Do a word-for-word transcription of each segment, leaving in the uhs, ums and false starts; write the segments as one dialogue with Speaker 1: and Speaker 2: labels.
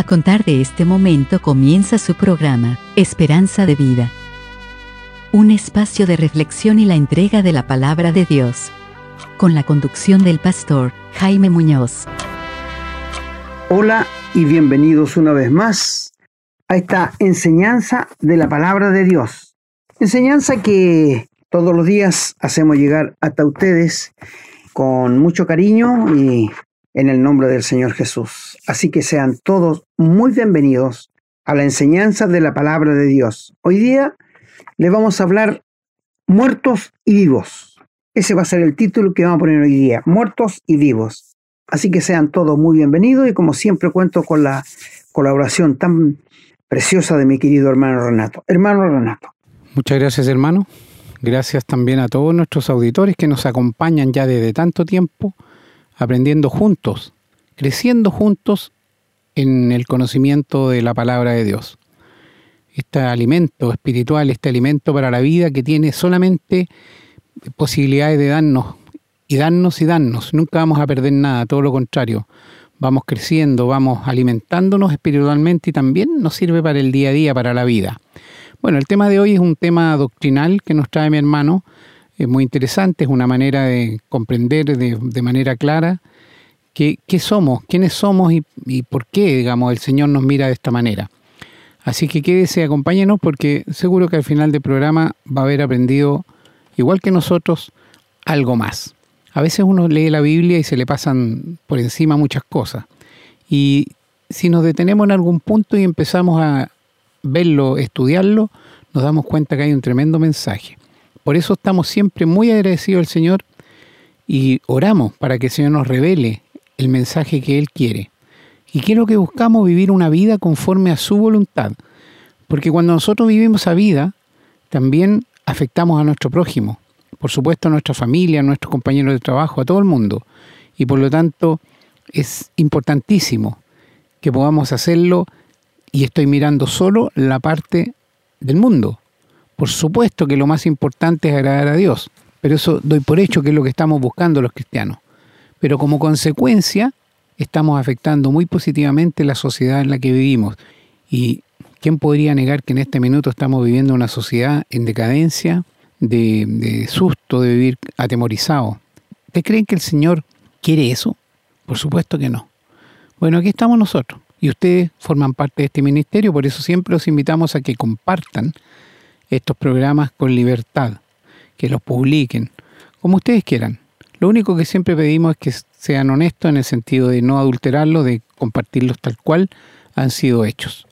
Speaker 1: A contar de este momento comienza su programa, Esperanza de Vida. Un espacio de reflexión y la entrega de la palabra de Dios. Con la conducción del pastor Jaime Muñoz.
Speaker 2: Hola y bienvenidos una vez más a esta enseñanza de la palabra de Dios. Enseñanza que todos los días hacemos llegar hasta ustedes con mucho cariño y en el nombre del Señor Jesús. Así que sean todos muy bienvenidos a la enseñanza de la palabra de Dios. Hoy día les vamos a hablar muertos y vivos. Ese va a ser el título que vamos a poner hoy día, muertos y vivos. Así que sean todos muy bienvenidos y como siempre cuento con la colaboración tan preciosa de mi querido hermano Renato. Hermano Renato.
Speaker 3: Muchas gracias, hermano. Gracias también a todos nuestros auditores que nos acompañan ya desde tanto tiempo, aprendiendo juntos, creciendo juntos en el conocimiento de la palabra de Dios. Este alimento espiritual, este alimento para la vida que tiene solamente posibilidades de darnos y darnos y darnos. Nunca vamos a perder nada, todo lo contrario. Vamos creciendo, vamos alimentándonos espiritualmente y también nos sirve para el día a día, para la vida. Bueno, el tema de hoy es un tema doctrinal que nos trae mi hermano. Es muy interesante, es una manera de comprender de, de manera clara qué, qué somos, quiénes somos y, y por qué, digamos, el Señor nos mira de esta manera. Así que quédese, acompáñenos, porque seguro que al final del programa va a haber aprendido, igual que nosotros, algo más. A veces uno lee la Biblia y se le pasan por encima muchas cosas. Y si nos detenemos en algún punto y empezamos a verlo, estudiarlo, nos damos cuenta que hay un tremendo mensaje. Por eso estamos siempre muy agradecidos al Señor y oramos para que el Señor nos revele el mensaje que Él quiere. ¿Y qué es lo que buscamos? Vivir una vida conforme a su voluntad. Porque cuando nosotros vivimos esa vida, también afectamos a nuestro prójimo. Por supuesto a nuestra familia, a nuestros compañeros de trabajo, a todo el mundo. Y por lo tanto es importantísimo que podamos hacerlo, y estoy mirando solo la parte del mundo. Por supuesto que lo más importante es agradar a Dios, pero eso doy por hecho que es lo que estamos buscando los cristianos. Pero como consecuencia, estamos afectando muy positivamente la sociedad en la que vivimos. ¿Y quién podría negar que en este minuto estamos viviendo una sociedad en decadencia, de, de susto, de vivir atemorizado? ¿Ustedes creen que el Señor quiere eso? Por supuesto que no. Bueno, aquí estamos nosotros, y ustedes forman parte de este ministerio, por eso siempre los invitamos a que compartan estos programas con libertad, que los publiquen, como ustedes quieran. Lo único que siempre pedimos es que sean honestos en el sentido de no adulterarlos, de compartirlos tal cual han sido hechos.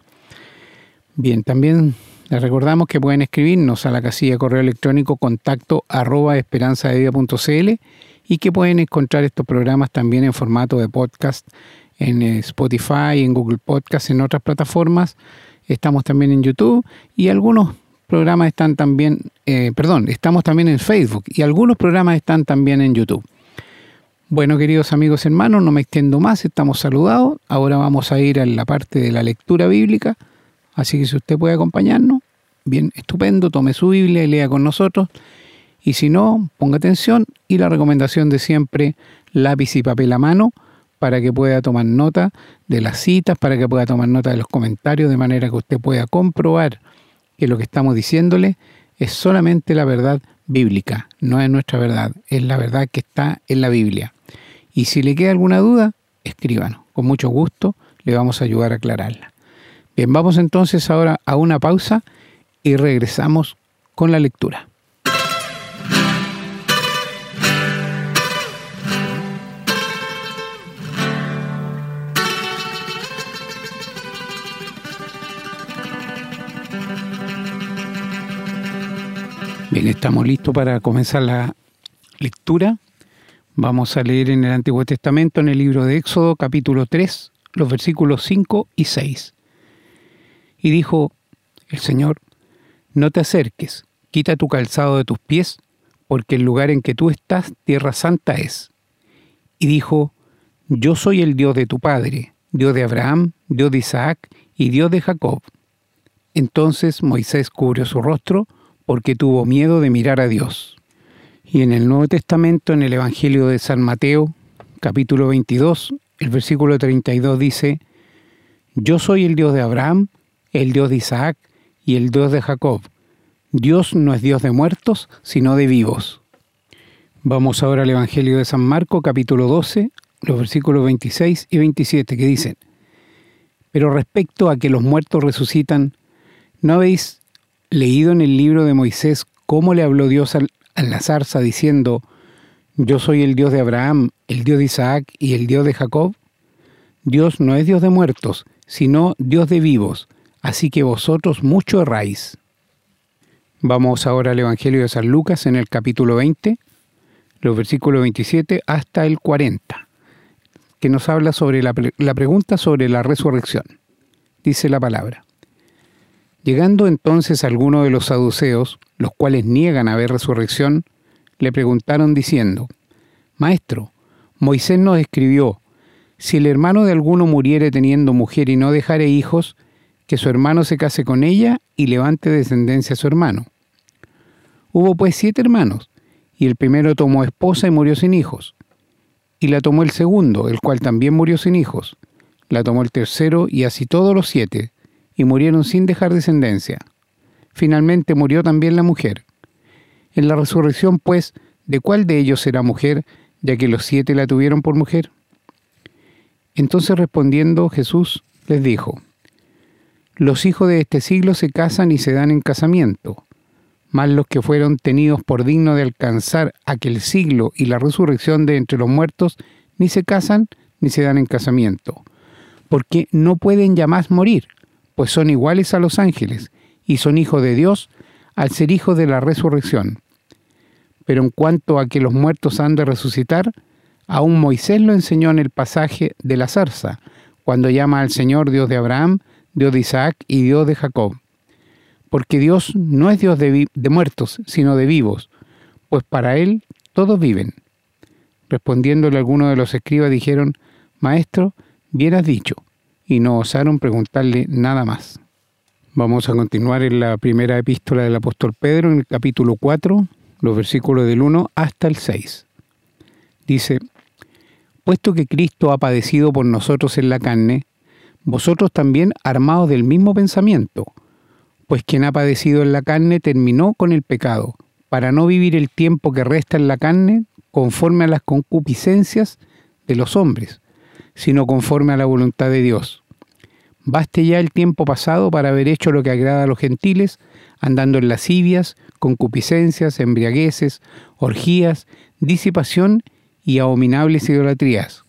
Speaker 3: Bien, también les recordamos que pueden escribirnos a la casilla de correo electrónico contacto arroba esperanzadevida punto cl y que pueden encontrar estos programas también en formato de podcast en Spotify, en Google Podcast, en otras plataformas. Estamos también en YouTube y algunos programas están también, eh, perdón, estamos también en Facebook y algunos programas están también en YouTube. Bueno, queridos amigos hermanos, no me extiendo más, estamos saludados. Ahora vamos a ir a la parte de la lectura bíblica, así que si usted puede acompañarnos, bien, estupendo, tome su Biblia y lea con nosotros. Y si no, ponga atención y la recomendación de siempre, lápiz y papel a mano, para que pueda tomar nota de las citas, para que pueda tomar nota de los comentarios, de manera que usted pueda comprobar que lo que estamos diciéndole es solamente la verdad bíblica, no es nuestra verdad, es la verdad que está en la Biblia. Y si le queda alguna duda, escríbanos, con mucho gusto le vamos a ayudar a aclararla. Bien, vamos entonces ahora a una pausa y regresamos con la lectura. Bien, estamos listos para comenzar la lectura. Vamos a leer en el Antiguo Testamento, en el libro de Éxodo, capítulo tres, los versículos cinco y seis. Y dijo el Señor: no te acerques, quita tu calzado de tus pies, porque el lugar en que tú estás, tierra santa es. Y dijo: yo soy el Dios de tu padre, Dios de Abraham, Dios de Isaac y Dios de Jacob. Entonces Moisés cubrió su rostro, porque tuvo miedo de mirar a Dios. Y en el Nuevo Testamento, en el Evangelio de San Mateo, capítulo veintidós, el versículo treinta y dos dice: Yo soy el Dios de Abraham, el Dios de Isaac y el Dios de Jacob. Dios no es Dios de muertos, sino de vivos. Vamos ahora al Evangelio de San Marcos, capítulo doce, los versículos veintiséis y veintisiete, que dicen: Pero respecto a que los muertos resucitan, ¿no habéis leído en el libro de Moisés cómo le habló Dios a la zarza diciendo: Yo soy el Dios de Abraham, el Dios de Isaac y el Dios de Jacob? Dios no es Dios de muertos, sino Dios de vivos, así que vosotros mucho erráis. Vamos ahora al Evangelio de San Lucas en el capítulo veinte, los versículos veintisiete hasta el cuarenta, que nos habla sobre la, la pregunta sobre la resurrección. Dice la palabra: Llegando entonces algunos de los saduceos, los cuales niegan haber resurrección, le preguntaron diciendo: Maestro, Moisés nos escribió: Si el hermano de alguno muriere teniendo mujer y no dejare hijos, que su hermano se case con ella y levante descendencia a su hermano. Hubo pues siete hermanos, y el primero tomó esposa y murió sin hijos. Y la tomó el segundo, el cual también murió sin hijos. La tomó el tercero, y así todos los siete, y murieron sin dejar descendencia. Finalmente murió también la mujer. En la resurrección, pues, ¿de cuál de ellos será mujer, ya que los siete la tuvieron por mujer? Entonces respondiendo Jesús les dijo: Los hijos de este siglo se casan y se dan en casamiento, mas los que fueron tenidos por dignos de alcanzar aquel siglo y la resurrección de entre los muertos, ni se casan ni se dan en casamiento, porque no pueden ya más morir, pues son iguales a los ángeles, y son hijos de Dios al ser hijos de la resurrección. Pero en cuanto a que los muertos han de resucitar, aún Moisés lo enseñó en el pasaje de la zarza, cuando llama al Señor Dios de Abraham, Dios de Isaac y Dios de Jacob. Porque Dios no es Dios de, vi- de muertos, sino de vivos, pues para Él todos viven. Respondiéndole algunos de los escribas dijeron: Maestro, bien has dicho, y no osaron preguntarle nada más. Vamos a continuar en la primera epístola del apóstol Pedro, en el capítulo cuatro, los versículos del uno hasta el seis. Dice: Puesto que Cristo ha padecido por nosotros en la carne, vosotros también armados del mismo pensamiento, pues quien ha padecido en la carne terminó con el pecado, para no vivir el tiempo que resta en la carne conforme a las concupiscencias de los hombres, sino conforme a la voluntad de Dios. Baste ya el tiempo pasado para haber hecho lo que agrada a los gentiles, andando en lascivias, concupiscencias, embriagueces, orgías, disipación y abominables idolatrías.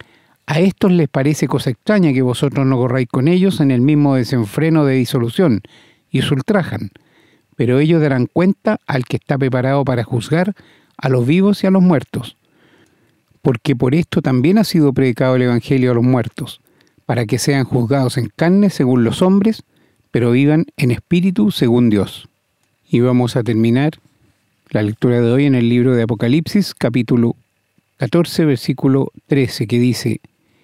Speaker 3: A estos les parece cosa extraña que vosotros no corráis con ellos en el mismo desenfreno de disolución, y os ultrajan, pero ellos darán cuenta al que está preparado para juzgar a los vivos y a los muertos. Porque por esto también ha sido predicado el Evangelio a los muertos, para que sean juzgados en carne según los hombres, pero vivan en espíritu según Dios. Y vamos a terminar la lectura de hoy en el libro de Apocalipsis, capítulo catorce, versículo trece, que dice: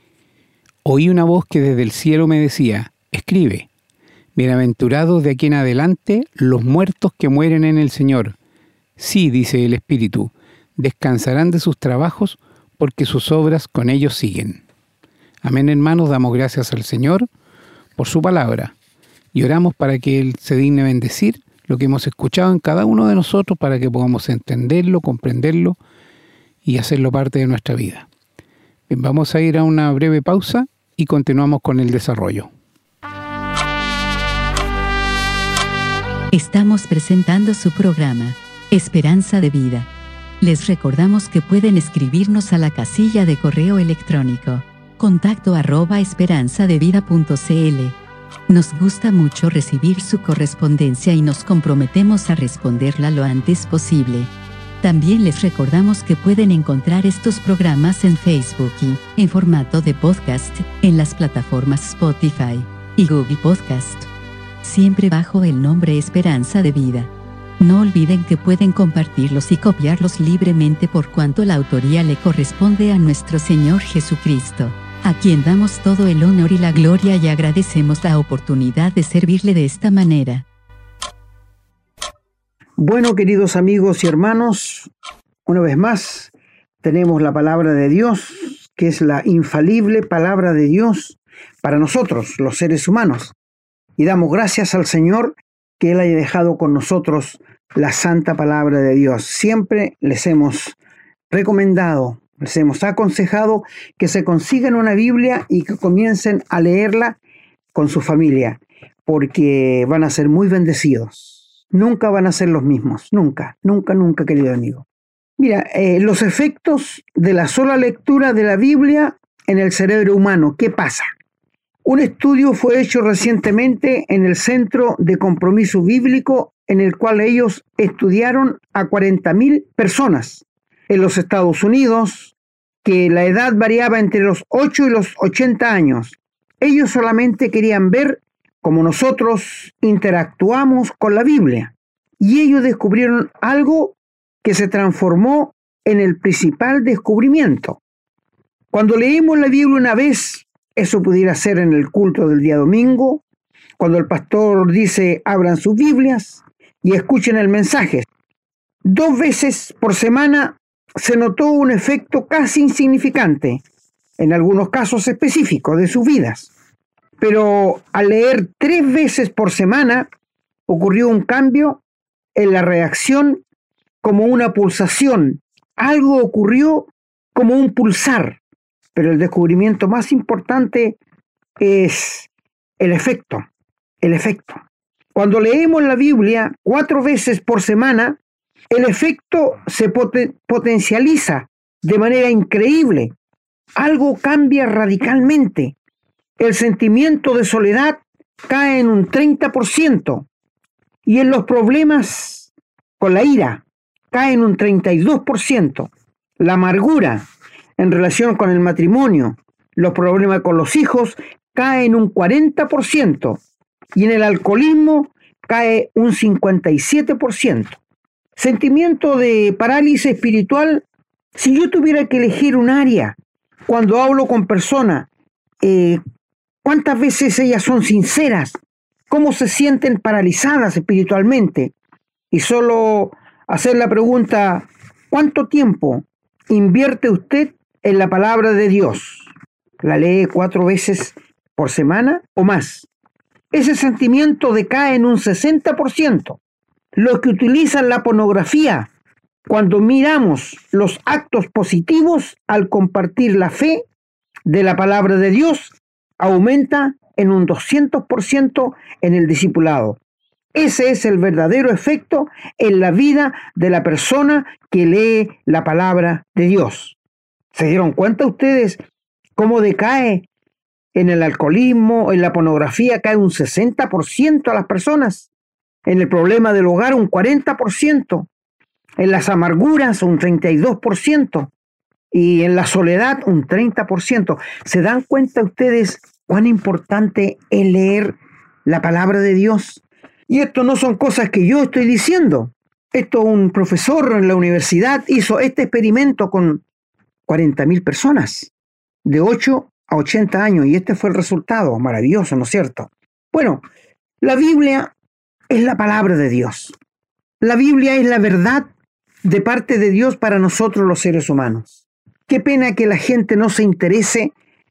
Speaker 3: Oí una voz que desde el cielo me decía: Escribe, bienaventurados de aquí en adelante los muertos que mueren en el Señor. Sí, dice el Espíritu, descansarán de sus trabajos, porque sus obras con ellos siguen. Amén, hermanos, damos gracias al Señor por su palabra y oramos para que Él se digne bendecir lo que hemos escuchado en cada uno de nosotros, para que podamos entenderlo, comprenderlo y hacerlo parte de nuestra vida. Bien, vamos a ir a una breve pausa y continuamos con el desarrollo.
Speaker 1: Estamos presentando su programa, Esperanza de Vida. Les recordamos que pueden escribirnos a la casilla de correo electrónico, contacto arroba esperanzadevida punto cl. Nos gusta mucho recibir su correspondencia y nos comprometemos a responderla lo antes posible. También les recordamos que pueden encontrar estos programas en Facebook y, en formato de podcast, en las plataformas Spotify y Google Podcast, siempre bajo el nombre Esperanza de Vida. No olviden que pueden compartirlos y copiarlos libremente por cuanto la autoría le corresponde a nuestro Señor Jesucristo, a quien damos todo el honor y la gloria y agradecemos la oportunidad de servirle de esta manera.
Speaker 2: Bueno, queridos amigos y hermanos, una vez más tenemos la palabra de Dios, que es la infalible palabra de Dios para nosotros, los seres humanos. Y damos gracias al Señor que Él haya dejado con nosotros la santa palabra de Dios. Siempre les hemos recomendado, les hemos aconsejado que se consigan una Biblia y que comiencen a leerla con su familia, porque van a ser muy bendecidos. Nunca van a ser los mismos, nunca, nunca, nunca, querido amigo. Mira, eh, los efectos de la sola lectura de la Biblia en el cerebro humano, ¿qué pasa? Un estudio fue hecho recientemente en el Centro de Compromiso Bíblico, en el cual ellos estudiaron a cuarenta mil personas en los Estados Unidos, que la edad variaba entre los ocho y los ochenta años. Ellos solamente querían ver cómo nosotros interactuamos con la Biblia. Y ellos descubrieron algo que se transformó en el principal descubrimiento. Cuando leímos la Biblia una vez, eso pudiera ser en el culto del día domingo, cuando el pastor dice abran sus Biblias y escuchen el mensaje. Dos veces por semana se notó un efecto casi insignificante, en algunos casos específicos de sus vidas. Pero al leer tres veces por semana, ocurrió un cambio en la reacción, como una pulsación. Algo ocurrió como un pulsar. Pero el descubrimiento más importante es el efecto. El efecto. Cuando leemos la Biblia cuatro veces por semana, el efecto se poten- potencializa de manera increíble. Algo cambia radicalmente. El sentimiento de soledad cae en un treinta por ciento y en los problemas con la ira cae en un treinta y dos por ciento. La amargura en relación con el matrimonio, los problemas con los hijos, cae en un cuarenta por ciento y en el alcoholismo cae un cincuenta y siete por ciento. Sentimiento de parálisis espiritual. Si yo tuviera que elegir un área cuando hablo con personas, eh, ¿cuántas veces ellas son sinceras? ¿Cómo se sienten paralizadas espiritualmente? Y solo hacer la pregunta, ¿cuánto tiempo invierte usted en la palabra de Dios? ¿La lee cuatro veces por semana o más? Ese sentimiento decae en un sesenta por ciento. Los que utilizan la pornografía, cuando miramos los actos positivos al compartir la fe de la palabra de Dios, aumenta en un doscientos por ciento en el discipulado. Ese es el verdadero efecto en la vida de la persona que lee la palabra de Dios. ¿Se dieron cuenta ustedes cómo decae en el alcoholismo, en la pornografía cae un sesenta por ciento a las personas? En el problema del hogar un cuarenta por ciento, en las amarguras un treinta y dos por ciento y en la soledad un treinta por ciento. ¿Se dan cuenta ustedes cuán importante es leer la palabra de Dios? Y esto no son cosas que yo estoy diciendo. Esto un profesor en la universidad hizo este experimento con cuarenta mil personas de ocho a ochenta años y este fue el resultado. Maravilloso, ¿no es cierto? Bueno, la Biblia es la palabra de Dios. La Biblia es la verdad de parte de Dios para nosotros los seres humanos. Qué pena que la gente no se interese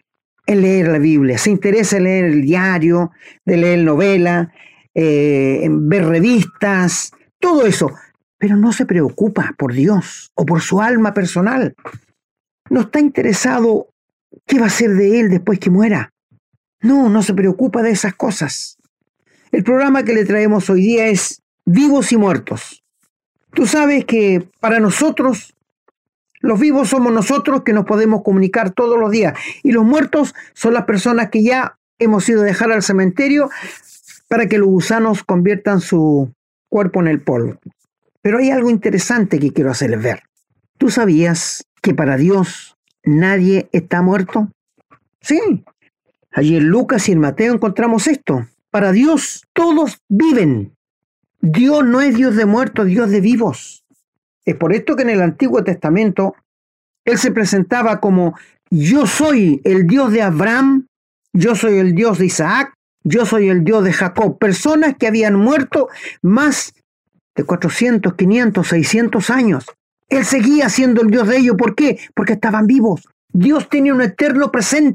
Speaker 2: en leer la Biblia, se interesa en leer el diario, de leer novela, eh, en ver revistas, todo eso, pero no se preocupa por Dios o por su alma personal. No está interesado qué va a ser de él después que muera. No, no se preocupa de esas cosas. El programa que le traemos hoy día es Vivos y Muertos. Tú sabes que para nosotros, los vivos somos nosotros que nos podemos comunicar todos los días y los muertos son las personas que ya hemos ido a dejar al cementerio para que los gusanos conviertan su cuerpo en el polvo. Pero hay algo interesante que quiero hacerles ver. ¿Tú sabías que para Dios nadie está muerto? Sí, allí en Lucas y en Mateo encontramos esto. Para Dios todos viven. Dios no es Dios de muertos, Dios de vivos. Es por esto que en el Antiguo Testamento Él se presentaba como yo soy el Dios de Abraham, yo soy el Dios de Isaac, yo soy el Dios de Jacob. Personas que habían muerto más de cuatrocientos, quinientos, seiscientos años. Él seguía siendo el Dios de ellos. ¿Por qué? Porque estaban vivos. Dios tenía un eterno presente.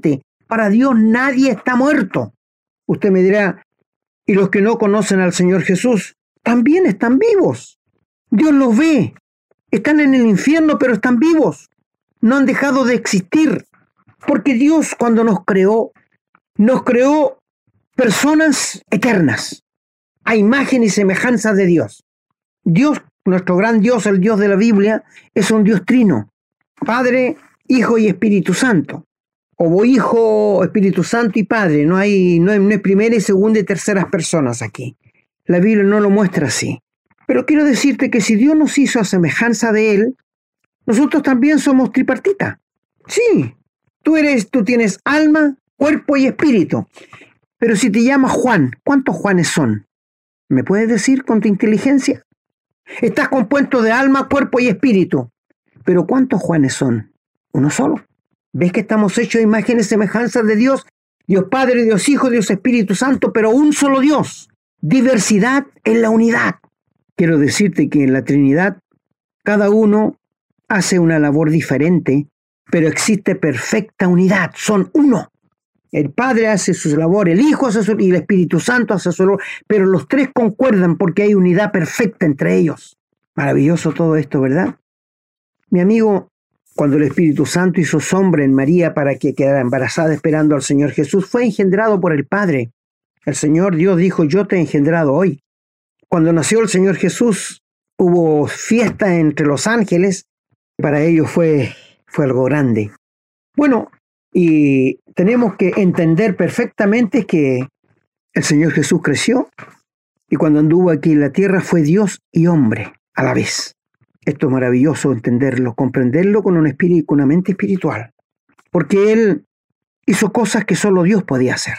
Speaker 2: Para Dios nadie está muerto. Usted me dirá, ¿y los que no conocen al Señor Jesús también están vivos? Dios los ve. Están en el infierno, pero están vivos. No han dejado de existir. Porque Dios, cuando nos creó, nos creó personas eternas, a imagen y semejanza de Dios. Dios, nuestro gran Dios, el Dios de la Biblia, es un Dios trino. Padre, Hijo y Espíritu Santo. O Hijo, Espíritu Santo y Padre. No hay, no hay, no hay primera y segunda y terceras personas aquí. La Biblia no lo muestra así. Pero quiero decirte que si Dios nos hizo a semejanza de Él, nosotros también somos tripartita. Sí, tú eres, tú tienes alma, cuerpo y espíritu. Pero si te llamas Juan, ¿cuántos Juanes son? ¿Me puedes decir con tu inteligencia? Estás compuesto de alma, cuerpo y espíritu. Pero ¿cuántos Juanes son? Uno solo. ¿Ves que estamos hechos de imágenes y semejanzas de Dios? Dios Padre, Dios Hijo, Dios Espíritu Santo, pero un solo Dios. Diversidad en la unidad. Quiero decirte que en la Trinidad cada uno hace una labor diferente, pero existe perfecta unidad. Son uno. El Padre hace su labor, el Hijo hace su y el Espíritu Santo hace su labor, pero los tres concuerdan porque hay unidad perfecta entre ellos. Maravilloso todo esto, ¿verdad? Mi amigo, cuando el Espíritu Santo hizo sombra en María para que quedara embarazada esperando al Señor Jesús, fue engendrado por el Padre. El Señor Dios dijo, yo te he engendrado hoy. Cuando nació el Señor Jesús, hubo fiesta entre los ángeles. Para ellos fue, fue algo grande. Bueno, y tenemos que entender perfectamente que el Señor Jesús creció y cuando anduvo aquí en la tierra fue Dios y hombre a la vez. Esto es maravilloso entenderlo, comprenderlo con un espíritu, con una mente espiritual. Porque Él hizo cosas que solo Dios podía hacer.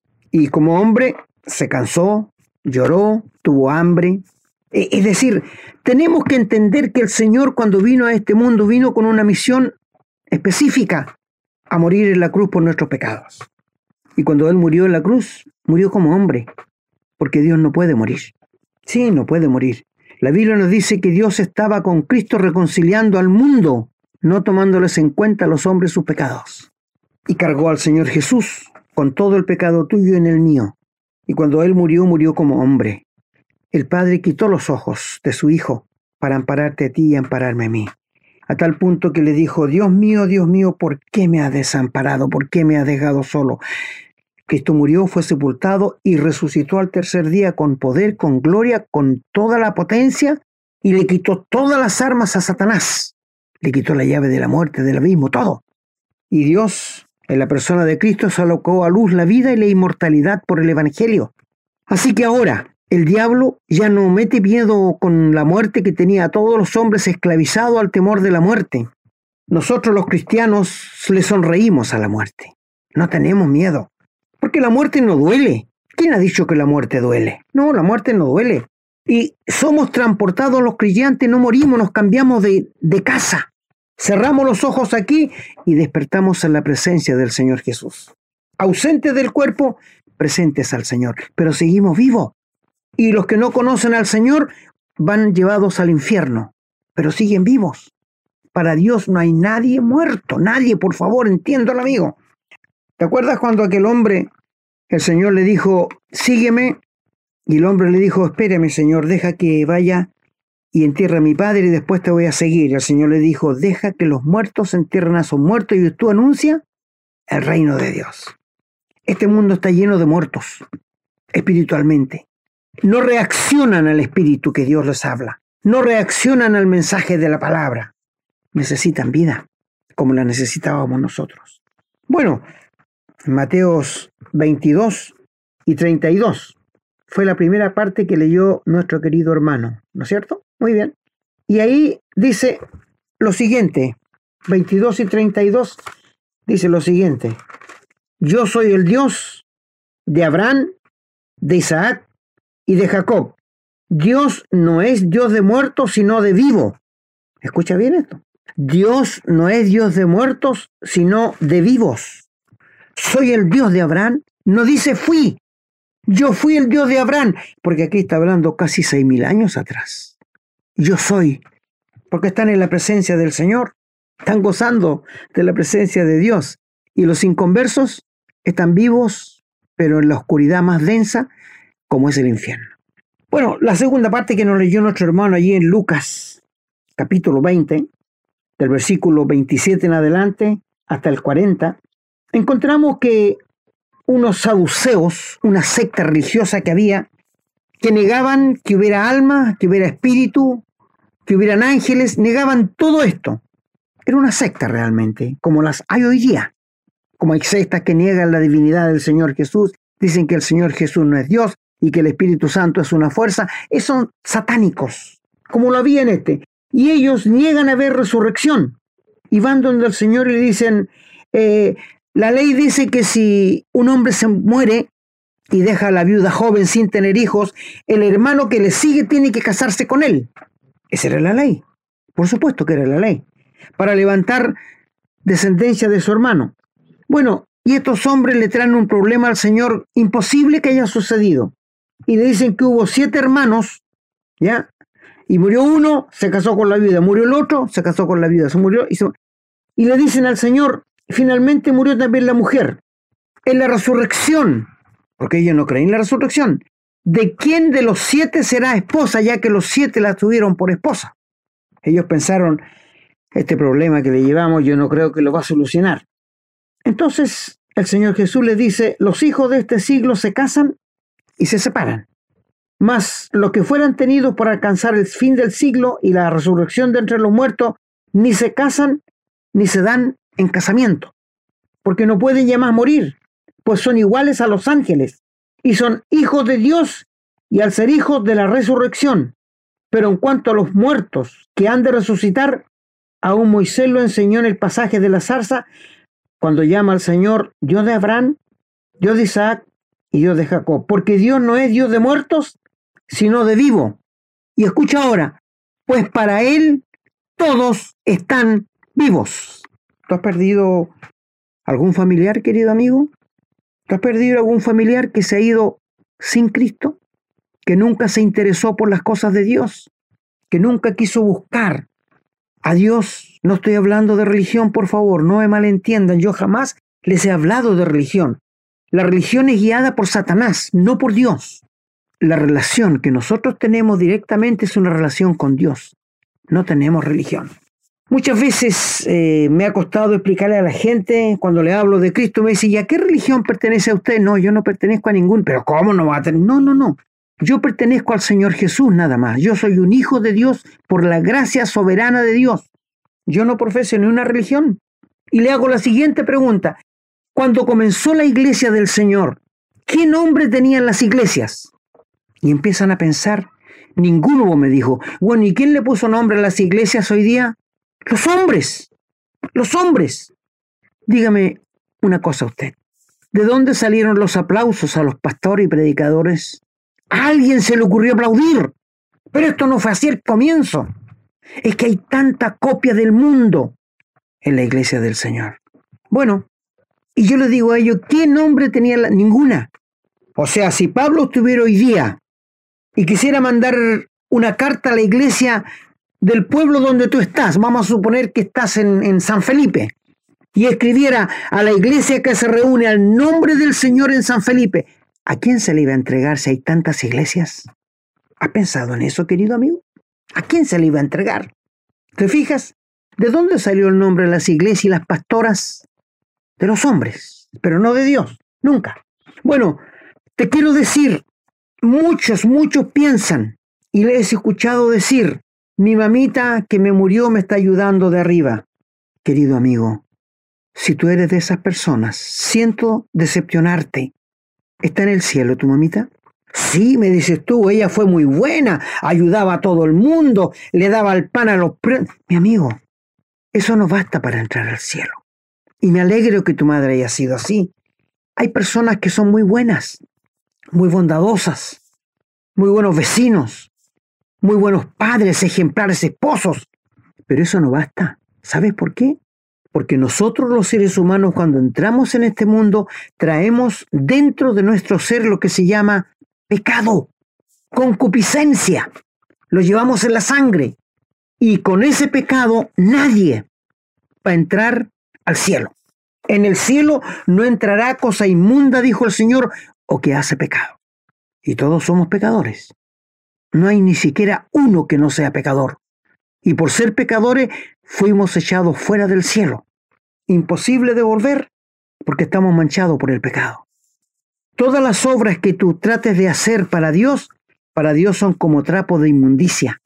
Speaker 2: Y como hombre se cansó, lloró, tuvo hambre. Es decir, tenemos que entender que el Señor cuando vino a este mundo vino con una misión específica, a morir en la cruz por nuestros pecados. Y cuando Él murió en la cruz, murió como hombre, porque Dios no puede morir. Sí, no puede morir. La Biblia nos dice que Dios estaba con Cristo reconciliando al mundo, no tomándoles en cuenta a los hombres sus pecados. Y cargó al Señor Jesús con todo el pecado tuyo en el mío. Y cuando Él murió, murió como hombre. El Padre quitó los ojos de su Hijo para ampararte a ti y ampararme a mí. A tal punto que le dijo, Dios mío, Dios mío, ¿por qué me has desamparado? ¿Por qué me has dejado solo? Cristo murió, fue sepultado y resucitó al tercer día con poder, con gloria, con toda la potencia y le quitó todas las armas a Satanás. Le quitó la llave de la muerte, del abismo, todo. Y Dios, en la persona de Cristo, sacó a luz la vida y la inmortalidad por el Evangelio. Así que ahora el diablo ya no mete miedo con la muerte que tenía a todos los hombres esclavizados al temor de la muerte. Nosotros los cristianos le sonreímos a la muerte. No tenemos miedo, porque la muerte no duele. ¿Quién ha dicho que la muerte duele? No, la muerte no duele. Y somos transportados los creyentes, no morimos, nos cambiamos de, de casa. Cerramos los ojos aquí y despertamos en la presencia del Señor Jesús. Ausentes del cuerpo, presentes al Señor, pero seguimos vivos. Y los que no conocen al Señor van llevados al infierno, pero siguen vivos. Para Dios no hay nadie muerto, nadie, por favor, entiéndalo, amigo. ¿Te acuerdas cuando aquel hombre, el Señor le dijo, sígueme? Y el hombre le dijo, espérame, Señor, deja que vaya y entierre a mi padre y después te voy a seguir. Y el Señor le dijo, deja que los muertos entierren a sus muertos y tú anuncia el reino de Dios. Este mundo está lleno de muertos, espiritualmente. No reaccionan al espíritu que Dios les habla. No reaccionan al mensaje de la palabra. Necesitan vida, como la necesitábamos nosotros. Bueno, Mateos veintidós y treinta y dos. Fue la primera parte que leyó nuestro querido hermano, ¿no es cierto? Muy bien. Y ahí dice lo siguiente, veintidós y treinta y dos, dice lo siguiente. Yo soy el Dios de Abraham, de Isaac y de Jacob. Dios no es Dios de muertos, sino de vivos. Escucha bien esto. Dios no es Dios de muertos, sino de vivos. Soy el Dios de Abraham. No dice fui. Yo fui el Dios de Abraham, porque aquí está hablando casi seis mil años atrás. Yo soy, porque están en la presencia del Señor. Están gozando de la presencia de Dios. Y los inconversos Están vivos, pero en la oscuridad más densa, como es el infierno. Bueno, la segunda parte que nos leyó nuestro hermano allí en Lucas, capítulo veinte, del versículo veintisiete en adelante hasta el cuarenta, encontramos que unos saduceos, una secta religiosa que había, que negaban que hubiera alma, que hubiera espíritu, que hubieran ángeles, negaban todo esto. Era una secta realmente, como las hay hoy día. Como hay sectas que niegan la divinidad del Señor Jesús, dicen que el Señor Jesús no es Dios y que el Espíritu Santo es una fuerza. Esos son satánicos, como lo había en este. Y ellos niegan haber resurrección. Y van donde el Señor y le dicen, eh, la ley dice que si un hombre se muere y deja a la viuda joven sin tener hijos, el hermano que le sigue tiene que casarse con él. Esa era la ley. Por supuesto que era la ley. Para levantar descendencia de su hermano. Bueno, y estos hombres le traen un problema al Señor imposible que haya sucedido. Y le dicen que hubo siete hermanos, ¿ya? Y murió uno, se casó con la viuda. Murió el otro, se casó con la viuda. Se murió y, se... y le dicen al Señor, finalmente murió también la mujer. En la resurrección, porque ellos no creen en la resurrección, ¿de quién de los siete será esposa, ya que los siete la tuvieron por esposa? Ellos pensaron, este problema que le llevamos yo no creo que lo va a solucionar. Entonces el Señor Jesús les dice, los hijos de este siglo se casan y se separan. Mas los que fueran tenidos para alcanzar el fin del siglo y la resurrección de entre los muertos, ni se casan ni se dan en casamiento, porque no pueden ya más morir, pues son iguales a los ángeles, y son hijos de Dios, y al ser hijos de la resurrección. Pero en cuanto a los muertos que han de resucitar, aún Moisés lo enseñó en el pasaje de la zarza, cuando llama al Señor Dios de Abraham, Dios de Isaac y Dios de Jacob, porque Dios no es Dios de muertos, sino de vivo. Y escucha ahora, pues para Él todos están vivos. ¿Tú has perdido algún familiar, querido amigo? ¿Tú has perdido algún familiar que se ha ido sin Cristo? ¿Que nunca se interesó por las cosas de Dios? ¿Que nunca quiso buscar a Dios? No estoy hablando de religión, por favor, no me malentiendan. Yo jamás les he hablado de religión. La religión es guiada por Satanás, no por Dios. La relación que nosotros tenemos directamente es una relación con Dios. No tenemos religión. Muchas veces eh, me ha costado explicarle a la gente, cuando le hablo de Cristo, me dice, ¿y a qué religión pertenece a usted? No, yo no pertenezco a ningún. ¿Pero cómo no va a tener? No, no, no. Yo pertenezco al Señor Jesús nada más. Yo soy un hijo de Dios por la gracia soberana de Dios. Yo no profeso ni una religión. Y le hago la siguiente pregunta. Cuando comenzó la iglesia del Señor, ¿qué nombre tenían las iglesias? Y empiezan a pensar, ninguno me dijo, bueno, ¿y quién le puso nombre a las iglesias hoy día? Los hombres, los hombres. Dígame una cosa usted, ¿de dónde salieron los aplausos a los pastores y predicadores? A alguien se le ocurrió aplaudir, pero esto no fue así el comienzo. Es que hay tanta copia del mundo en la iglesia del Señor. Bueno, y yo les digo a ellos, ¿qué nombre tenía la? Ninguna. O sea, si Pablo estuviera hoy día y quisiera mandar una carta a la iglesia del pueblo donde tú estás, vamos a suponer que estás en, en San Felipe, y escribiera a la iglesia que se reúne al nombre del Señor en San Felipe, ¿a quién se le iba a entregar si hay tantas iglesias? ¿Has pensado en eso, querido amigo? ¿A quién se le iba a entregar? ¿Te fijas? ¿De dónde salió el nombre de las iglesias y las pastoras? De los hombres, pero no de Dios, nunca. Bueno, te quiero decir, muchos, muchos piensan, y les he escuchado decir, mi mamita que me murió me está ayudando de arriba. Querido amigo, si tú eres de esas personas, siento decepcionarte. ¿Está en el cielo tu mamita? Sí, me dices tú, ella fue muy buena, ayudaba a todo el mundo, le daba el pan a los pre... Mi amigo, eso no basta para entrar al cielo. Y me alegro que tu madre haya sido así. Hay personas que son muy buenas, muy bondadosas, muy buenos vecinos, muy buenos padres, ejemplares esposos. Pero eso no basta. ¿Sabes por qué? Porque nosotros los seres humanos, cuando entramos en este mundo, traemos dentro de nuestro ser lo que se llama pecado, concupiscencia. Lo llevamos en la sangre. Y con ese pecado nadie va a entrar al cielo. En el cielo no entrará cosa inmunda, dijo el Señor, o que hace pecado. Y todos somos pecadores. No hay ni siquiera uno que no sea pecador. Y por ser pecadores fuimos echados fuera del cielo. Imposible de volver porque estamos manchados por el pecado. Todas las obras que tú trates de hacer para Dios, para Dios son como trapo de inmundicia.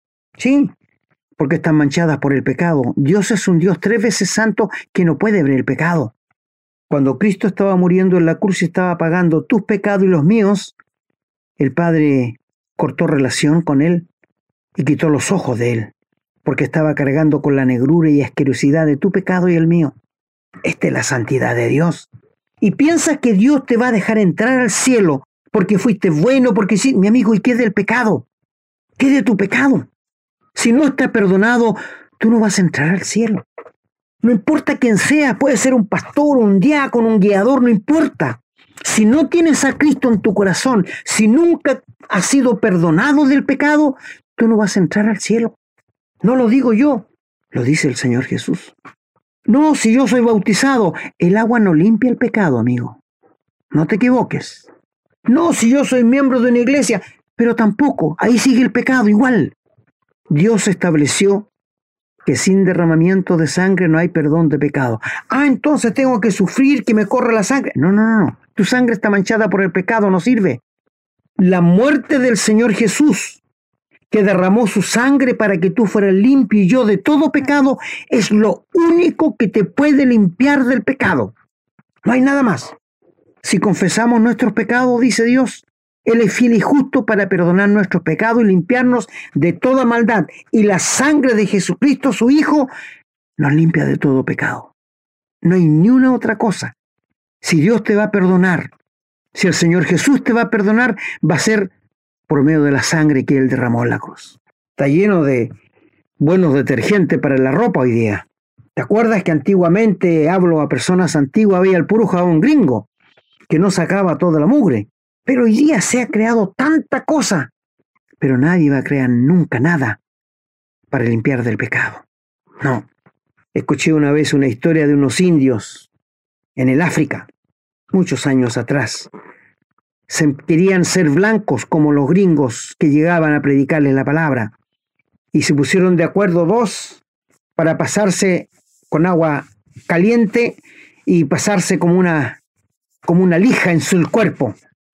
Speaker 2: Sí, porque están manchadas por el pecado. Dios es un Dios tres veces santo que no puede ver el pecado. Cuando Cristo estaba muriendo en la cruz y estaba pagando tus pecados y los míos, el Padre cortó relación con él y quitó los ojos de él, porque estaba cargando con la negrura y asquerosidad de tu pecado y el mío. Esta es la santidad de Dios. Y piensas que Dios te va a dejar entrar al cielo porque fuiste bueno, porque sí, mi amigo, ¿y qué es del pecado? ¿Qué es de tu pecado? Si no estás perdonado, tú no vas a entrar al cielo. No importa quién sea, puede ser un pastor, un diácono, un guiador, no importa. Si no tienes a Cristo en tu corazón, si nunca has sido perdonado del pecado, tú no vas a entrar al cielo. No lo digo yo, lo dice el Señor Jesús. No, si yo soy bautizado, el agua no limpia el pecado, amigo. No te equivoques. No, si yo soy miembro de una iglesia, pero tampoco, ahí sigue el pecado igual. Dios estableció que sin derramamiento de sangre no hay perdón de pecado. Ah, entonces tengo que sufrir que me corra la sangre. No, no, no, no. Tu sangre está manchada por el pecado, no sirve. La muerte del Señor Jesús, que derramó su sangre para que tú fueras limpio y yo de todo pecado, es lo único que te puede limpiar del pecado. No hay nada más. Si confesamos nuestros pecados, dice Dios, Él es fiel y justo para perdonar nuestros pecados y limpiarnos de toda maldad. Y la sangre de Jesucristo, su Hijo, nos limpia de todo pecado. No hay ni una otra cosa. Si Dios te va a perdonar, si el Señor Jesús te va a perdonar, va a ser por medio de la sangre que Él derramó en la cruz. Está lleno de buenos detergentes para la ropa hoy día. ¿Te acuerdas que antiguamente, hablo a personas antiguas, había el puro jabón gringo, que no sacaba toda la mugre? Pero hoy día se ha creado tanta cosa, pero nadie va a crear nunca nada para limpiar del pecado. No. Escuché una vez una historia de unos indios en el África, muchos años atrás. Se querían ser blancos como los gringos que llegaban a predicarles la palabra. Y se pusieron de acuerdo dos para pasarse con agua caliente y pasarse como una, como una lija en su cuerpo.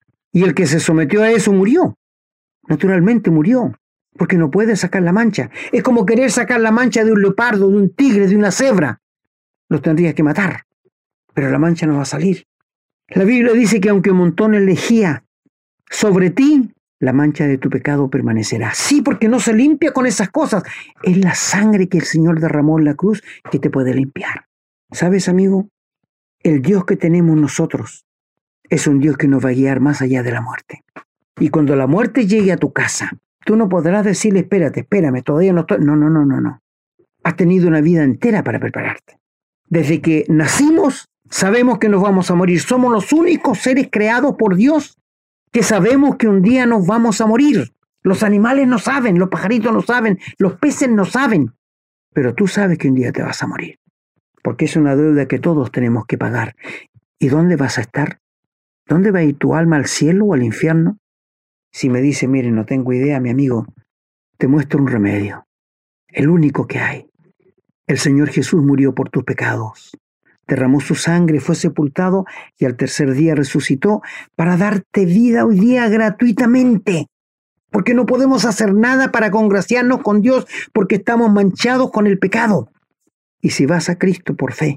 Speaker 2: Y el que se sometió a eso murió. Naturalmente murió, porque no puede sacar la mancha. Es como querer sacar la mancha de un leopardo, de un tigre, de una cebra. Los tendrías que matar, pero la mancha no va a salir. La Biblia dice que aunque montones lejía sobre ti, la mancha de tu pecado permanecerá. Sí, porque no se limpia con esas cosas. Es la sangre que el Señor derramó en la cruz que te puede limpiar. ¿Sabes, amigo? El Dios que tenemos nosotros es un Dios que nos va a guiar más allá de la muerte. Y cuando la muerte llegue a tu casa, tú no podrás decirle, espérate, espérame, todavía no estoy... No, no, no, no, no. Has tenido una vida entera para prepararte. Desde que nacimos, sabemos que nos vamos a morir. Somos los únicos seres creados por Dios que sabemos que un día nos vamos a morir. Los animales no saben, los pajaritos no saben, los peces no saben. Pero tú sabes que un día te vas a morir. Porque es una deuda que todos tenemos que pagar. ¿Y dónde vas a estar? ¿Dónde va a ir tu alma, al cielo o al infierno? Si me dice, mire, no tengo idea, mi amigo, te muestro un remedio. El único que hay. El Señor Jesús murió por tus pecados. Derramó su sangre, fue sepultado y al tercer día resucitó para darte vida hoy día gratuitamente. Porque no podemos hacer nada para congraciarnos con Dios porque estamos manchados con el pecado. Y si vas a Cristo por fe,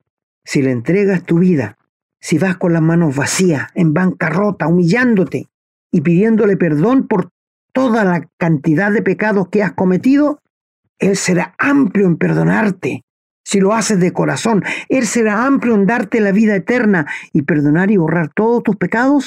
Speaker 2: si le entregas tu vida, si vas con las manos vacías, en bancarrota, humillándote y pidiéndole perdón por toda la cantidad de pecados que has cometido, Él será amplio en perdonarte. Si lo haces de corazón, Él será amplio en darte la vida eterna y perdonar y borrar todos tus pecados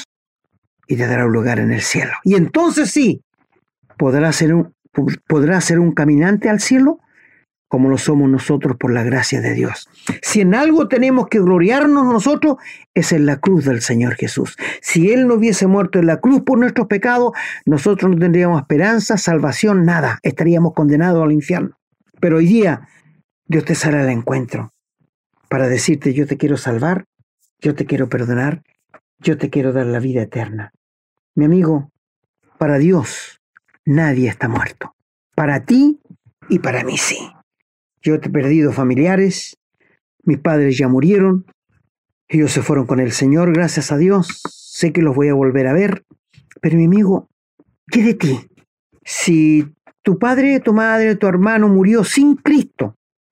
Speaker 2: y te dará un lugar en el cielo. Y entonces sí, podrás ser un, podrás ser un caminante al cielo como lo somos nosotros por la gracia de Dios. Si en algo tenemos que gloriarnos nosotros, es en la cruz del Señor Jesús. Si Él no hubiese muerto en la cruz por nuestros pecados, nosotros no tendríamos esperanza, salvación, nada. Estaríamos condenados al infierno. Pero hoy día, Dios te sale al encuentro. para decirte: yo te quiero salvar, yo te quiero perdonar, yo te quiero dar la vida eterna. Mi amigo, para Dios nadie está muerto. Para ti y para mí sí. Yo he perdido familiares, mis padres ya murieron, ellos se fueron con el Señor, gracias a Dios. Sé que los voy a volver a ver, pero mi amigo, ¿qué de ti? Si tu padre, tu madre, tu hermano murió sin Cristo,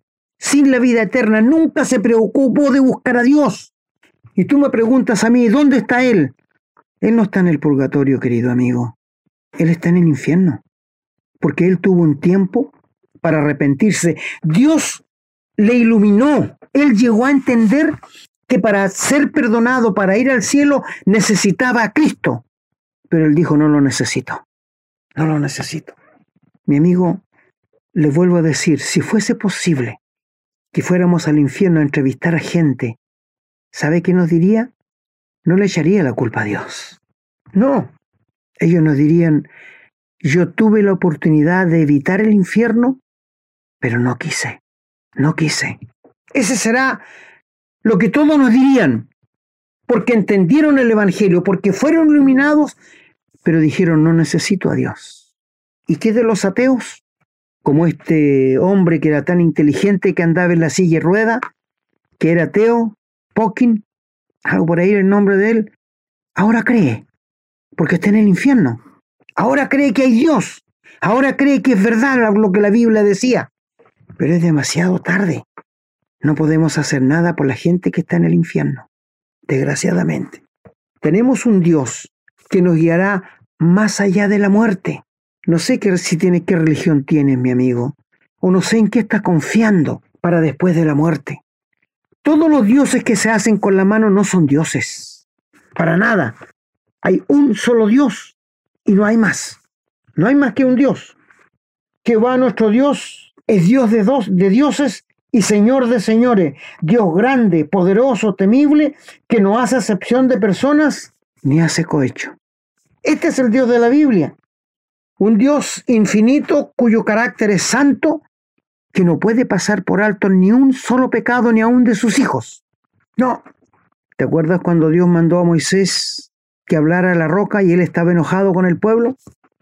Speaker 2: sin la vida eterna, nunca se preocupó de buscar a Dios, y tú me preguntas a mí, ¿dónde está Él? Él no está en el purgatorio, querido amigo. Él está en el infierno, porque Él tuvo un tiempo para arrepentirse. Dios le iluminó. Él llegó a entender que para ser perdonado, para ir al cielo, necesitaba a Cristo. Pero Él dijo: no lo necesito. No lo necesito. Mi amigo, le vuelvo a decir, si fuese posible que fuéramos al infierno a entrevistar a gente, ¿sabe qué nos diría? No le echaría la culpa a Dios. No. Ellos nos dirían: yo tuve la oportunidad de evitar el infierno, pero no quise. No quise. Ese será lo que todos nos dirían, porque entendieron el Evangelio, porque fueron iluminados, pero dijeron: no necesito a Dios. ¿Y qué de los ateos? Como este hombre que era tan inteligente, que andaba en la silla de rueda, que era ateo, Pokin, algo por ahí el nombre de él, ahora cree, porque está en el infierno. Ahora cree que hay Dios. Ahora cree que es verdad lo que la Biblia decía. Pero es demasiado tarde. No podemos hacer nada por la gente que está en el infierno, desgraciadamente. Tenemos un Dios que nos guiará más allá de la muerte. No sé qué, si tiene, qué religión tienes, mi amigo, o no sé en qué estás confiando para después de la muerte. Todos los dioses que se hacen con la mano no son dioses, para nada. Hay un solo Dios y no hay más. No hay más que un Dios. Jehová nuestro Dios es Dios de, dos, de dioses y Señor de señores, Dios grande, poderoso, temible, que no hace acepción de personas ni hace cohecho. Este es el Dios de la Biblia. Un Dios infinito cuyo carácter es santo, que no puede pasar por alto ni un solo pecado ni aun de sus hijos. No. ¿Te acuerdas cuando Dios mandó a Moisés que hablara a la roca y él estaba enojado con el pueblo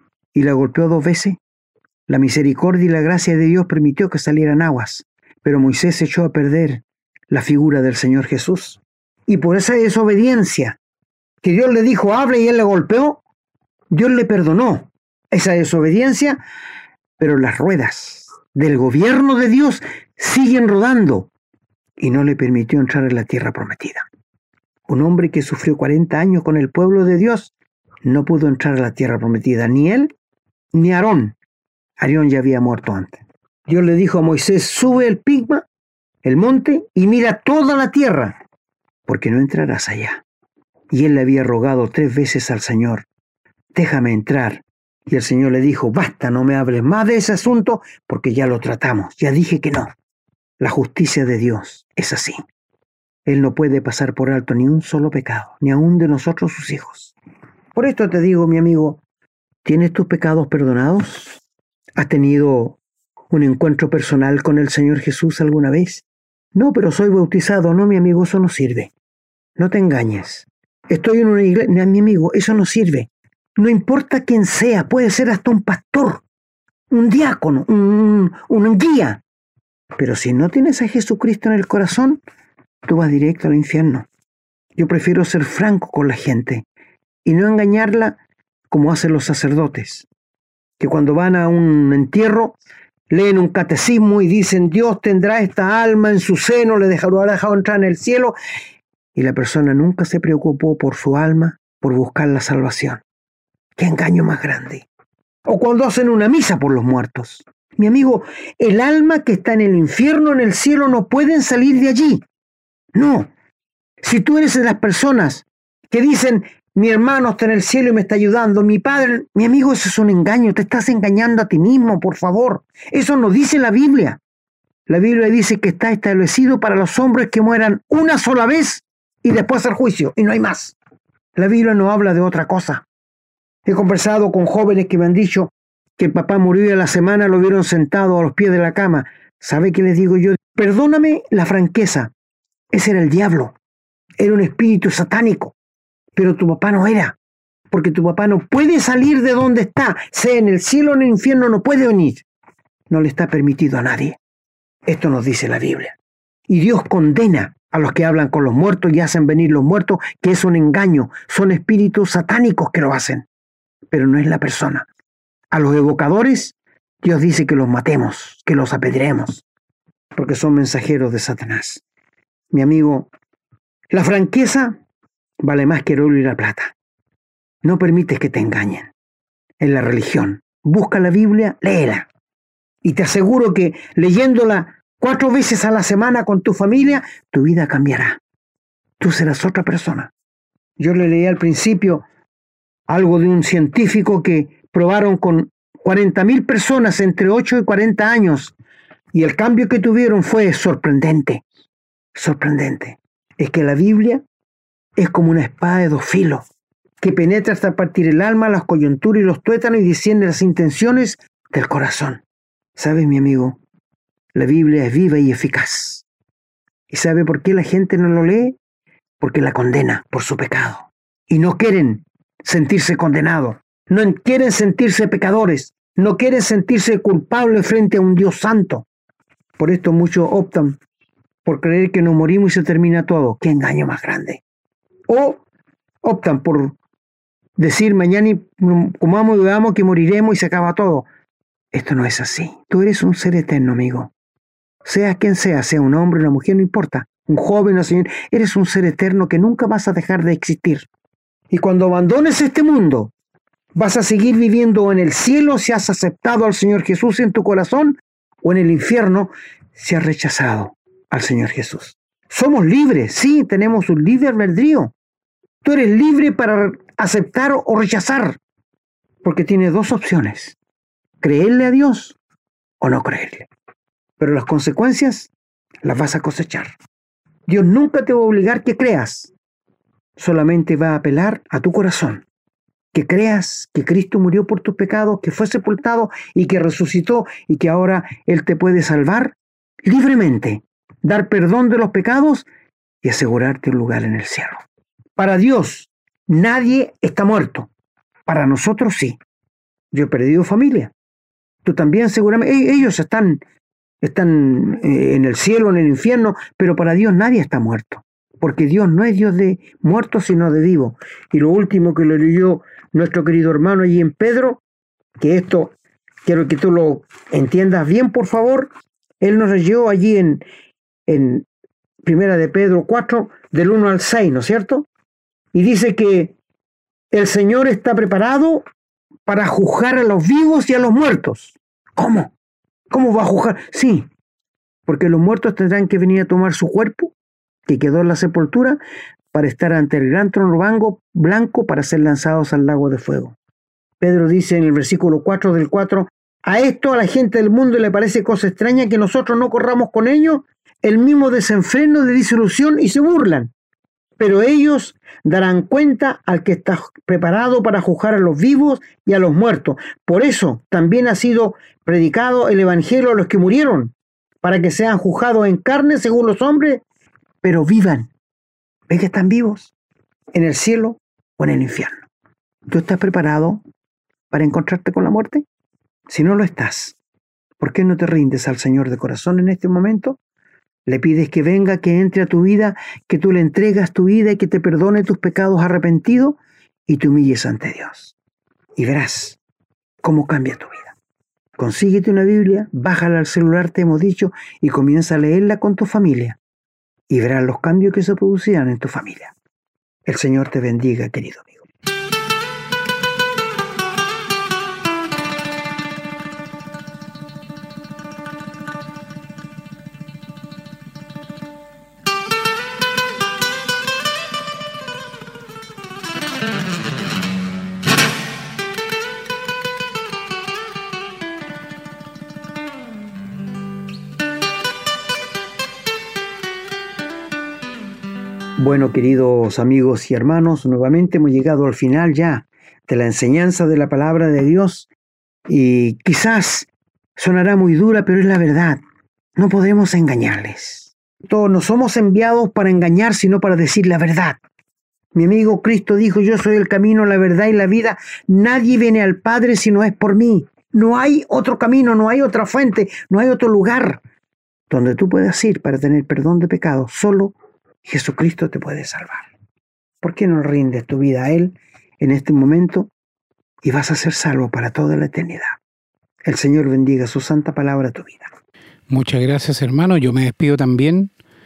Speaker 2: y la golpeó dos veces? La misericordia y la gracia de Dios permitió que salieran aguas, pero Moisés echó a perder la figura del Señor Jesús. Y por esa desobediencia que Dios le dijo: hable, y él le golpeó, Dios le perdonó esa desobediencia, pero las ruedas del gobierno de Dios siguen rodando y no le permitió entrar en la tierra prometida. Un hombre que sufrió cuarenta años con el pueblo de Dios no pudo entrar a la tierra prometida, ni él ni Aarón. Aarón ya había muerto antes. Dios le dijo a Moisés: sube el Pisga, el monte, y mira toda la tierra, porque no entrarás allá. Y él le había rogado tres veces al Señor: déjame entrar. Y el Señor le dijo: basta, no me hables más de ese asunto, porque ya lo tratamos, ya dije que no. La justicia de Dios es así. Él no puede pasar por alto ni un solo pecado, ni aun de nosotros sus hijos. Por esto te digo, mi amigo, ¿tienes tus pecados perdonados? ¿Has tenido un encuentro personal con el Señor Jesús alguna vez? No, pero soy bautizado. No, mi amigo, eso no sirve. No te engañes. Estoy en una iglesia. Mi amigo, eso no sirve. No importa quién sea, puede ser hasta un pastor, un diácono, un, un guía. Pero si no tienes a Jesucristo en el corazón, tú vas directo al infierno. Yo prefiero ser franco con la gente y no engañarla como hacen los sacerdotes, que cuando van a un entierro leen un catecismo y dicen: Dios tendrá esta alma en su seno, le dejará dejado entrar en el cielo, y la persona nunca se preocupó por su alma, por buscar la salvación. ¡Qué engaño más grande! O cuando hacen una misa por los muertos. Mi amigo, el alma que está en el infierno, en el cielo, no pueden salir de allí. No. Si tú eres de las personas que dicen: mi hermano está en el cielo y me está ayudando, mi padre, mi amigo, eso es un engaño. Te estás engañando a ti mismo, por favor. Eso no dice la Biblia. La Biblia dice que está establecido para los hombres que mueran una sola vez y después el juicio, y no hay más. La Biblia no habla de otra cosa. He conversado con jóvenes que me han dicho que el papá murió y a la semana lo vieron sentado a los pies de la cama. ¿Sabe qué les digo yo? Perdóname la franqueza, Ese era el diablo. Era un espíritu satánico. Pero tu papá no era. Porque tu papá no puede salir de donde está. Sea en el cielo o en el infierno, no puede venir. No le está permitido a nadie. Esto nos dice la Biblia. Y Dios condena a los que hablan con los muertos y hacen venir los muertos, que es un engaño. Son espíritus satánicos que lo hacen. Pero no es la persona. A los evocadores, Dios dice que los matemos, que los apedreemos, porque son mensajeros de Satanás. Mi amigo, la franqueza vale más que el oro y la plata. No permites que te engañen. En la religión, busca la Biblia, léela. Y te aseguro que leyéndola cuatro veces a la semana con tu familia, tu vida cambiará. Tú serás otra persona. Yo le leí al principio algo de un científico que probaron con cuarenta mil personas entre ocho y cuarenta años y el cambio que tuvieron fue sorprendente. Sorprendente. Es que la Biblia es como una espada de dos filos que penetra hasta partir el alma, las coyunturas y los tuétanos y discierne las intenciones del corazón. ¿Sabes, mi amigo? La Biblia es viva y eficaz. ¿Y sabe por qué la gente no lo lee? Porque la condena por su pecado. Y no quieren sentirse condenados. No quieren sentirse pecadores. No quieren sentirse culpables frente a un Dios santo. Por esto muchos optan por creer que nos morimos y se termina todo. ¡Qué engaño más grande! O optan por decir mañana y comamos y bebamos que moriremos y se acaba todo. Esto no es así. Tú eres un ser eterno, amigo. Sea quien sea, sea un hombre o una mujer, no importa. Un joven o señor, eres un ser eterno que nunca vas a dejar de existir. Y cuando abandones este mundo, vas a seguir viviendo en el cielo si has aceptado al Señor Jesús en tu corazón, o en el infierno si has rechazado al Señor Jesús. Somos libres, sí, tenemos un libre albedrío. Tú eres libre para aceptar o rechazar, porque tienes dos opciones: creerle a Dios o no creerle. Pero las consecuencias las vas a cosechar. Dios nunca te va a obligar que creas, solamente va a apelar a tu corazón. Que creas que Cristo murió por tus pecados, que fue sepultado y que resucitó y que ahora Él te puede salvar libremente, dar perdón de los pecados y asegurarte un lugar en el cielo. Para Dios, nadie está muerto. Para nosotros sí. Yo he perdido familia. Tú también seguramente. Ellos están, están en el cielo, en el infierno, pero para Dios nadie está muerto. Porque Dios no es Dios de muertos, sino de vivos. Y lo último que lo leyó nuestro querido hermano allí en Pedro, que esto quiero que tú lo entiendas bien, por favor. Él nos leyó allí en, en Primera de Pedro cuatro, del uno al seis, ¿no es cierto? Y dice que el Señor está preparado para juzgar a los vivos y a los muertos. ¿Cómo? ¿Cómo va a juzgar? Sí, porque los muertos tendrán que venir a tomar su cuerpo, que quedó en la sepultura, para estar ante el gran trono blanco, blanco para ser lanzados al lago de fuego. Pedro dice en el versículo cuatro del cuatro, a esto a la gente del mundo le parece cosa extraña que nosotros no corramos con ellos el mismo desenfreno de disolución y se burlan. Pero ellos darán cuenta al que está preparado para juzgar a los vivos y a los muertos. Por eso también ha sido predicado el evangelio a los que murieron, para que sean juzgados en carne según los hombres, pero vivan. ¿Ves que están vivos? ¿En el cielo o en el infierno? ¿Tú estás preparado para encontrarte con la muerte? Si no lo estás, ¿por qué no te rindes al Señor de corazón en este momento? Le pides que venga, que entre a tu vida, que tú le entregas tu vida y que te perdone tus pecados arrepentidos y te humilles ante Dios. Y verás cómo cambia tu vida. Consíguete una Biblia, bájala al celular, te hemos dicho, y comienza a leerla con tu familia. Y verás los cambios que se producirán en tu familia. El Señor te bendiga, querido amigo. Bueno, queridos amigos y hermanos, nuevamente hemos llegado al final ya de la enseñanza de la palabra de Dios y quizás sonará muy dura, pero es la verdad. No podemos engañarles. Todos no somos enviados para engañar, sino para decir la verdad. Mi amigo, Cristo dijo, yo soy el camino, la verdad y la vida. Nadie viene al Padre si no es por mí. No hay otro camino, no hay otra fuente, no hay otro lugar donde tú puedas ir para tener perdón de pecados. Solo Jesucristo te puede salvar. ¿Por qué no rindes tu vida a Él en este momento y vas a ser salvo para toda la eternidad? El Señor bendiga su santa palabra a tu vida.
Speaker 3: Muchas gracias, hermano. Yo me despido también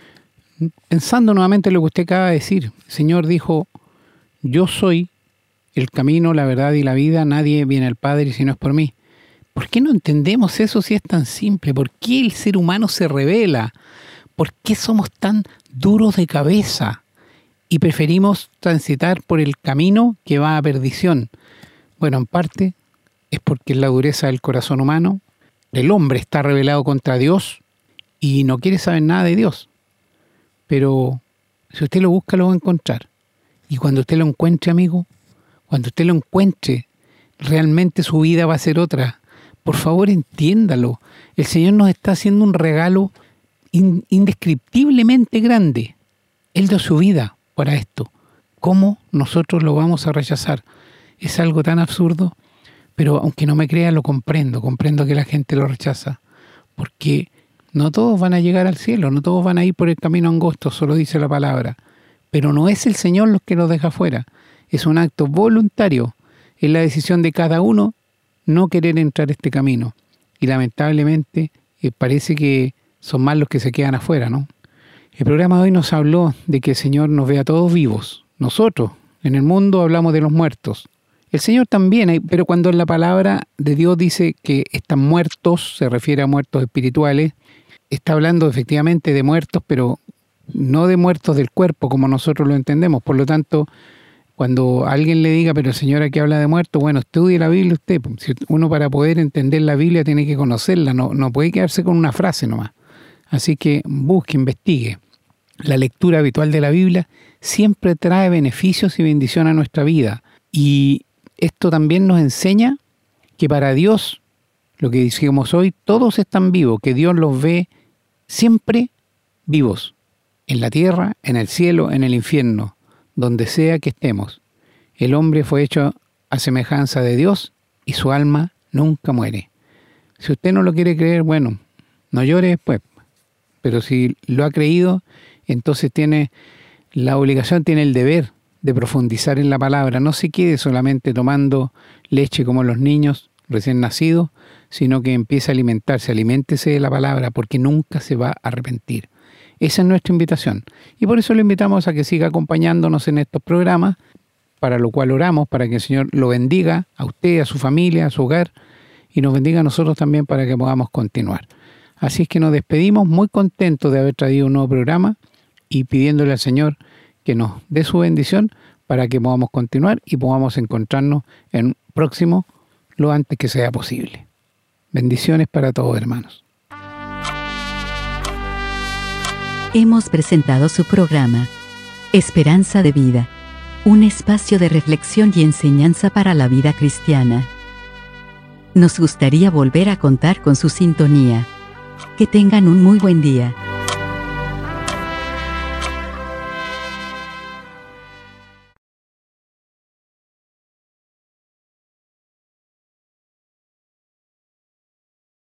Speaker 3: pensando nuevamente en lo que usted acaba de decir. El Señor dijo, yo soy el camino, la verdad y la vida. Nadie viene al Padre si no es por mí. ¿Por qué no entendemos eso si es tan simple? ¿Por qué el ser humano se rebela? ¿Por qué somos tan duros de cabeza y preferimos transitar por el camino que va a perdición? Bueno, en parte es porque es la dureza del corazón humano. El hombre está rebelado contra Dios y no quiere saber nada de Dios. Pero si usted lo busca, lo va a encontrar. Y cuando usted lo encuentre, amigo, cuando usted lo encuentre, realmente su vida va a ser otra. Por favor, entiéndalo. El Señor nos está haciendo un regalo in- indescriptiblemente grande. Él dio su vida para esto. ¿Cómo nosotros lo vamos a rechazar? Es algo tan absurdo, pero aunque no me crea, lo comprendo. Comprendo que la gente lo rechaza, porque no todos van a llegar al cielo, no todos van a ir por el camino angosto, solo dice la palabra. Pero no es el Señor los que los deja fuera. Es un acto voluntario. Es la decisión de cada uno no querer entrar este camino. Y lamentablemente eh, parece que son más los que se quedan afuera, ¿no? El programa de hoy nos habló de que el Señor nos ve a todos vivos. Nosotros, en el mundo, hablamos de los muertos. El Señor también, pero cuando la palabra de Dios dice que están muertos, se refiere a muertos espirituales, está hablando efectivamente de muertos, pero no de muertos del cuerpo como nosotros lo entendemos. Por lo tanto, cuando alguien le diga, pero el Señor aquí habla de muertos, bueno, estudie la Biblia usted. Si uno para poder entender la Biblia tiene que conocerla, no, no puede quedarse con una frase nomás. Así que busque, investigue. La lectura habitual de la Biblia siempre trae beneficios y bendición a nuestra vida. Y esto también nos enseña que para Dios, lo que decimos hoy, todos están vivos, que Dios los ve siempre vivos, en la tierra, en el cielo, en el infierno, donde sea que estemos. El hombre fue hecho a semejanza de Dios y su alma nunca muere. Si usted no lo quiere creer, bueno, no llore después. Pero si lo ha creído, entonces tiene la obligación, tiene el deber de profundizar en la palabra. No se quede solamente tomando leche como los niños recién nacidos, sino que empiece a alimentarse, aliméntese de la palabra, porque nunca se va a arrepentir. Esa es nuestra invitación. Y por eso le invitamos a que siga acompañándonos en estos programas, para lo cual oramos, para que el Señor lo bendiga a usted, a su familia, a su hogar, y nos bendiga a nosotros también para que podamos continuar. Así es que nos despedimos muy contentos de haber traído un nuevo programa y pidiéndole al Señor que nos dé su bendición para que podamos continuar y podamos encontrarnos en un próximo lo antes que sea posible. Bendiciones para todos, hermanos.
Speaker 1: Hemos presentado su programa, Esperanza de Vida, un espacio de reflexión y enseñanza para la vida cristiana. Nos gustaría volver a contar con su sintonía. Que tengan un muy buen día.